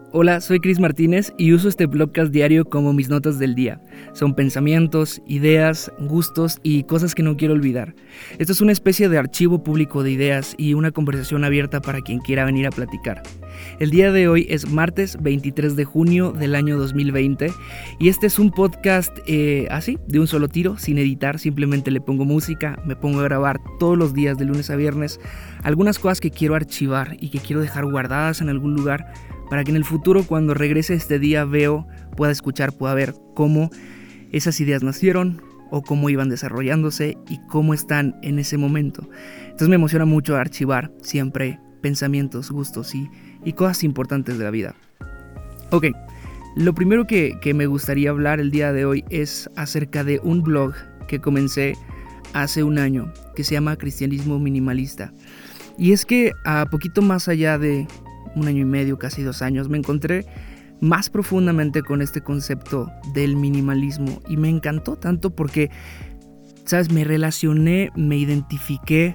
Hola, soy Chris Martínez y uso este podcast diario como mis notas del día. Son pensamientos, ideas, gustos y cosas que no quiero olvidar. Esto es una especie de archivo público de ideas y una conversación abierta para quien quiera venir a platicar. El día de hoy es martes 23 de junio del año 2020 y este es un podcast así, de un solo tiro, sin editar. Simplemente le pongo música, me pongo a grabar todos los días de lunes a viernes algunas cosas que quiero archivar y que quiero dejar guardadas en algún lugar, para que en el futuro, cuando regrese este día, pueda escuchar, pueda ver cómo esas ideas nacieron o cómo iban desarrollándose y cómo están en ese momento. Entonces me emociona mucho archivar siempre pensamientos, gustos y cosas importantes de la vida. Ok, lo primero que me gustaría hablar el día de hoy es acerca de un blog que comencé hace un año, que se llama Cristianismo Minimalista. Y es que a poquito más allá de un año y medio, casi 2 años, me encontré más profundamente con este concepto del minimalismo y me encantó tanto porque, ¿sabes? Me relacioné, me identifiqué,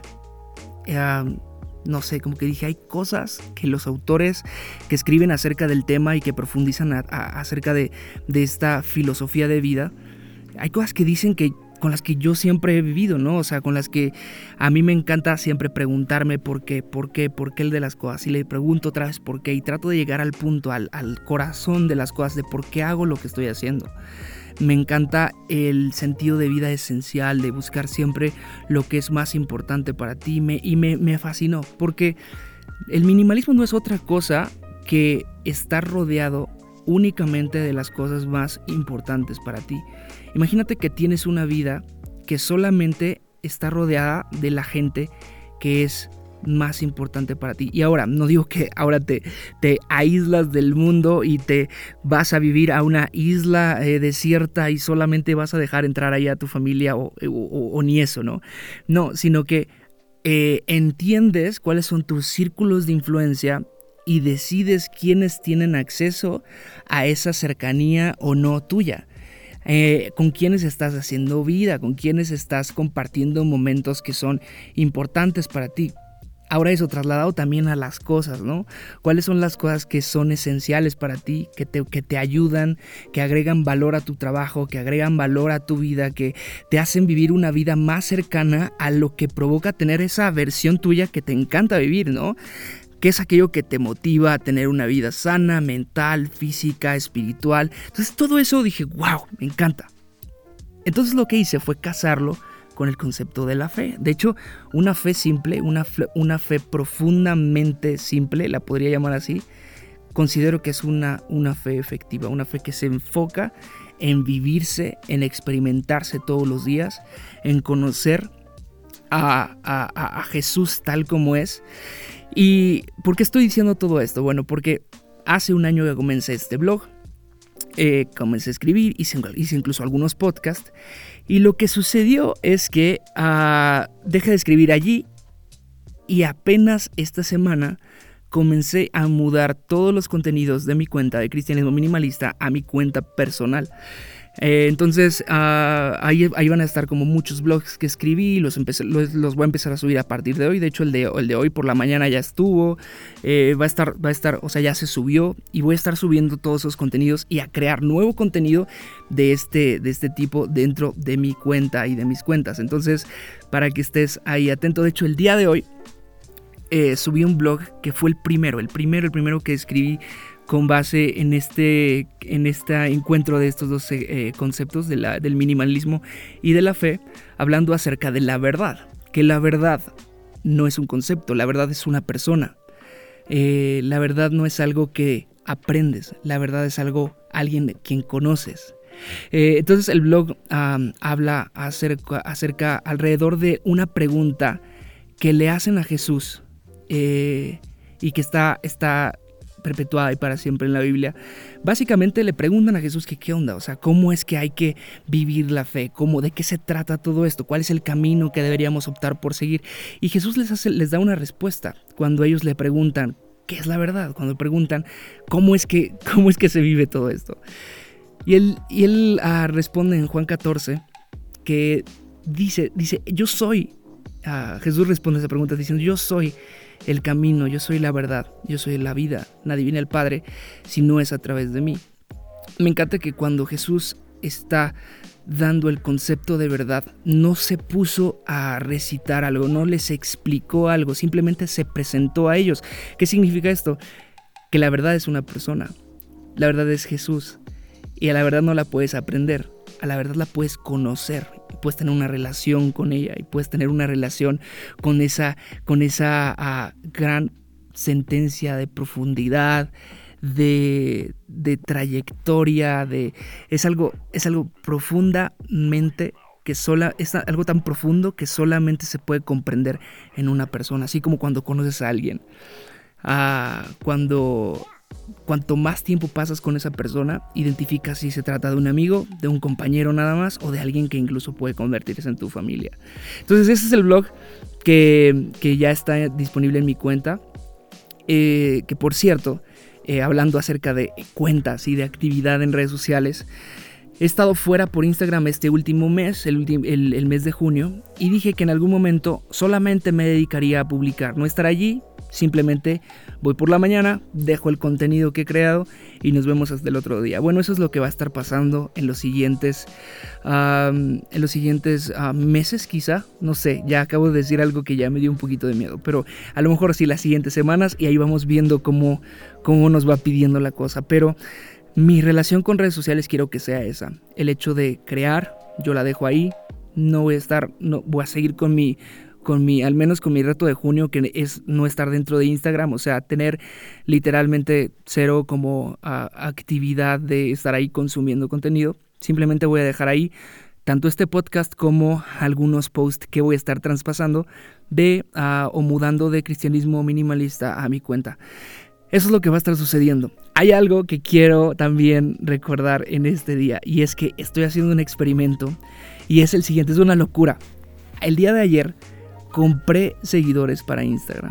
no sé, como que dije, hay cosas que los autores que escriben acerca del tema y que profundizan acerca de esta filosofía de vida, hay cosas que dicen que con las que yo siempre he vivido, ¿no? O sea, con las que a mí me encanta siempre preguntarme por qué el de las cosas. Y le pregunto otra vez por qué y trato de llegar al punto, al corazón de las cosas, de por qué hago lo que estoy haciendo. Me encanta el sentido de vida esencial, de buscar siempre lo que es más importante para ti. Y me fascinó, porque el minimalismo no es otra cosa que estar rodeado únicamente de las cosas más importantes para ti. Imagínate que tienes una vida que solamente está rodeada de la gente que es más importante para ti. Y ahora, no digo que ahora te aíslas del mundo y te vas a vivir a una isla desierta y solamente vas a dejar entrar ahí a tu familia o ni eso, ¿no? No, sino que entiendes cuáles son tus círculos de influencia y decides quiénes tienen acceso a esa cercanía o no tuya. Con quiénes estás haciendo vida, con quiénes estás compartiendo momentos que son importantes para ti. Ahora eso trasladado también a las cosas, ¿no? ¿Cuáles son las cosas que son esenciales para ti, que te ayudan, que agregan valor a tu trabajo, que agregan valor a tu vida, que te hacen vivir una vida más cercana a lo que provoca tener esa versión tuya que te encanta vivir, ¿no? ¿Qué es aquello que te motiva a tener una vida sana, mental, física, espiritual? Entonces todo eso dije, wow, me encanta. Entonces lo que hice fue casarlo con el concepto de la fe. De hecho, una fe simple, una fe profundamente simple, la podría llamar así, considero que es una fe efectiva, una fe que se enfoca en vivirse, en experimentarse todos los días, en conocer a Jesús tal como es. ¿Y por qué estoy diciendo todo esto? Bueno, porque hace un año que comencé este blog, comencé a escribir, hice incluso algunos podcasts, y lo que sucedió es que dejé de escribir allí y apenas esta semana comencé a mudar todos los contenidos de mi cuenta de Cristianismo Minimalista a mi cuenta personal. Entonces ahí van a estar como muchos blogs que escribí, los voy a empezar a subir a partir de hoy. De hecho el de hoy por la mañana ya estuvo, va a estar, o sea, ya se subió, y voy a estar subiendo todos esos contenidos y a crear nuevo contenido de este tipo dentro de mi cuenta y de mis cuentas. Entonces, para que estés ahí atento. De hecho el día de hoy subí un blog que fue el primero que escribí con base en este encuentro de estos dos conceptos del minimalismo y de la fe, hablando acerca de la verdad, que la verdad no es un concepto, la verdad es una persona, la verdad no es algo que aprendes, la verdad es alguien quien conoces. Entonces el blog habla acerca alrededor de una pregunta que le hacen a Jesús y que está perpetuada y para siempre en la Biblia. Básicamente le preguntan a Jesús que qué onda, o sea, cómo es que hay que vivir la fe, de qué se trata todo esto, cuál es el camino que deberíamos optar por seguir. Y Jesús les da una respuesta cuando ellos le preguntan qué es la verdad, cuando preguntan cómo es que se vive todo esto. Y él responde en Juan 14 que dice yo soy. Jesús responde a esa pregunta diciendo yo soy el camino, yo soy la verdad, yo soy la vida. Nadie viene al Padre si no es a través de mí. Me encanta que cuando Jesús está dando el concepto de verdad, no se puso a recitar algo, no les explicó algo, simplemente se presentó a ellos. ¿Qué significa esto? Que la verdad es una persona, la verdad es Jesús, y a la verdad no la puedes aprender, a la verdad la puedes conocer, puedes tener una relación con ella, y puedes tener una relación con esa gran sentencia de profundidad, de trayectoria, es algo profundamente es algo tan profundo que solamente se puede comprender en una persona, así como cuando conoces a alguien. Cuanto más tiempo pasas con esa persona, identificas si se trata de un amigo, de un compañero nada más, o de alguien que incluso puede convertirse en tu familia. Entonces ese es el blog que ya está disponible en mi cuenta, que por cierto, hablando acerca de cuentas y de actividad en redes sociales, he estado fuera por Instagram este último mes, el mes de junio, y dije que en algún momento solamente me dedicaría a publicar, no estar allí, simplemente voy por la mañana, dejo el contenido que he creado y nos vemos hasta el otro día. Bueno, eso es lo que va a estar pasando en los siguientes meses quizá, no sé, ya acabo de decir algo que ya me dio un poquito de miedo, pero a lo mejor sí las siguientes semanas, y ahí vamos viendo cómo nos va pidiendo la cosa. Pero mi relación con redes sociales quiero que sea esa, el hecho de crear, yo la dejo ahí, voy a seguir al menos con mi reto de junio, que es no estar dentro de Instagram, o sea, tener literalmente cero como actividad de estar ahí consumiendo contenido. Simplemente voy a dejar ahí tanto este podcast como algunos posts que voy a estar traspasando o mudando de cristianismo minimalista a mi cuenta. Eso es lo que va a estar sucediendo. Hay algo que quiero también recordar en este día, y es que estoy haciendo un experimento, y es el siguiente, es una locura. El día de ayer compré seguidores para Instagram.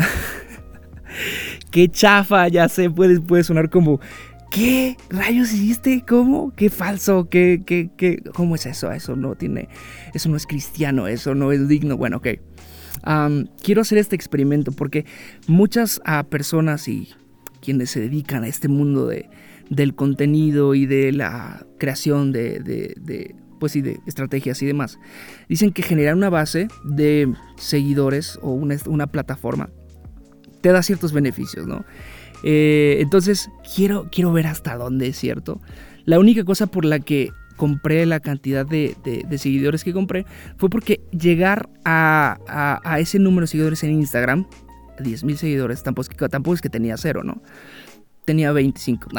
Qué chafa, ya sé, puede sonar como, ¿qué rayos hiciste? ¿Cómo? ¿Qué falso? ¿Cómo es eso? Eso no es cristiano, eso no es digno. Bueno, ok. Quiero hacer este experimento porque muchas personas y quienes se dedican a este mundo del contenido y de la creación de estrategias y demás, dicen que generar una base de seguidores o una plataforma te da ciertos beneficios, ¿no? Entonces quiero ver hasta dónde es cierto. La única cosa por la que compré la cantidad de seguidores que compré fue porque llegar a ese número de seguidores en Instagram, 10,000 seguidores, tampoco es que tenía 0, ¿no? Tenía 25.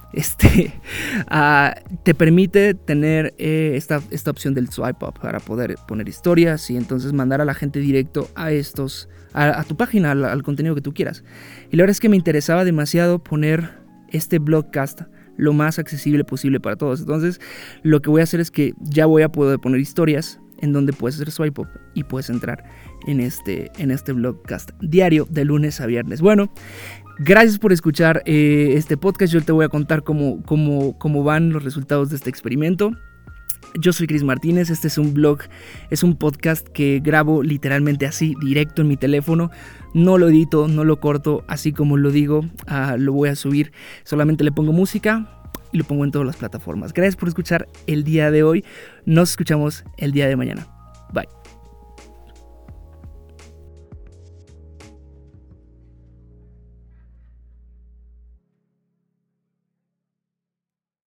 Te permite tener esta opción del swipe up para poder poner historias y entonces mandar a la gente directo a tu página, al contenido que tú quieras. Y la verdad es que me interesaba demasiado poner este blogcast lo más accesible posible para todos. Entonces lo que voy a hacer es que ya voy a poder poner historias en donde puedes hacer swipe up y puedes entrar en este blogcast diario de lunes a viernes. Bueno, gracias por escuchar este podcast. Yo te voy a contar cómo van los resultados de este experimento. Yo soy Chris Martínez, este es un blog, es un podcast que grabo literalmente así, directo en mi teléfono. No lo edito, no lo corto, así como lo digo, lo voy a subir. Solamente le pongo música y lo pongo en todas las plataformas. Gracias por escuchar el día de hoy. Nos escuchamos el día de mañana. Bye.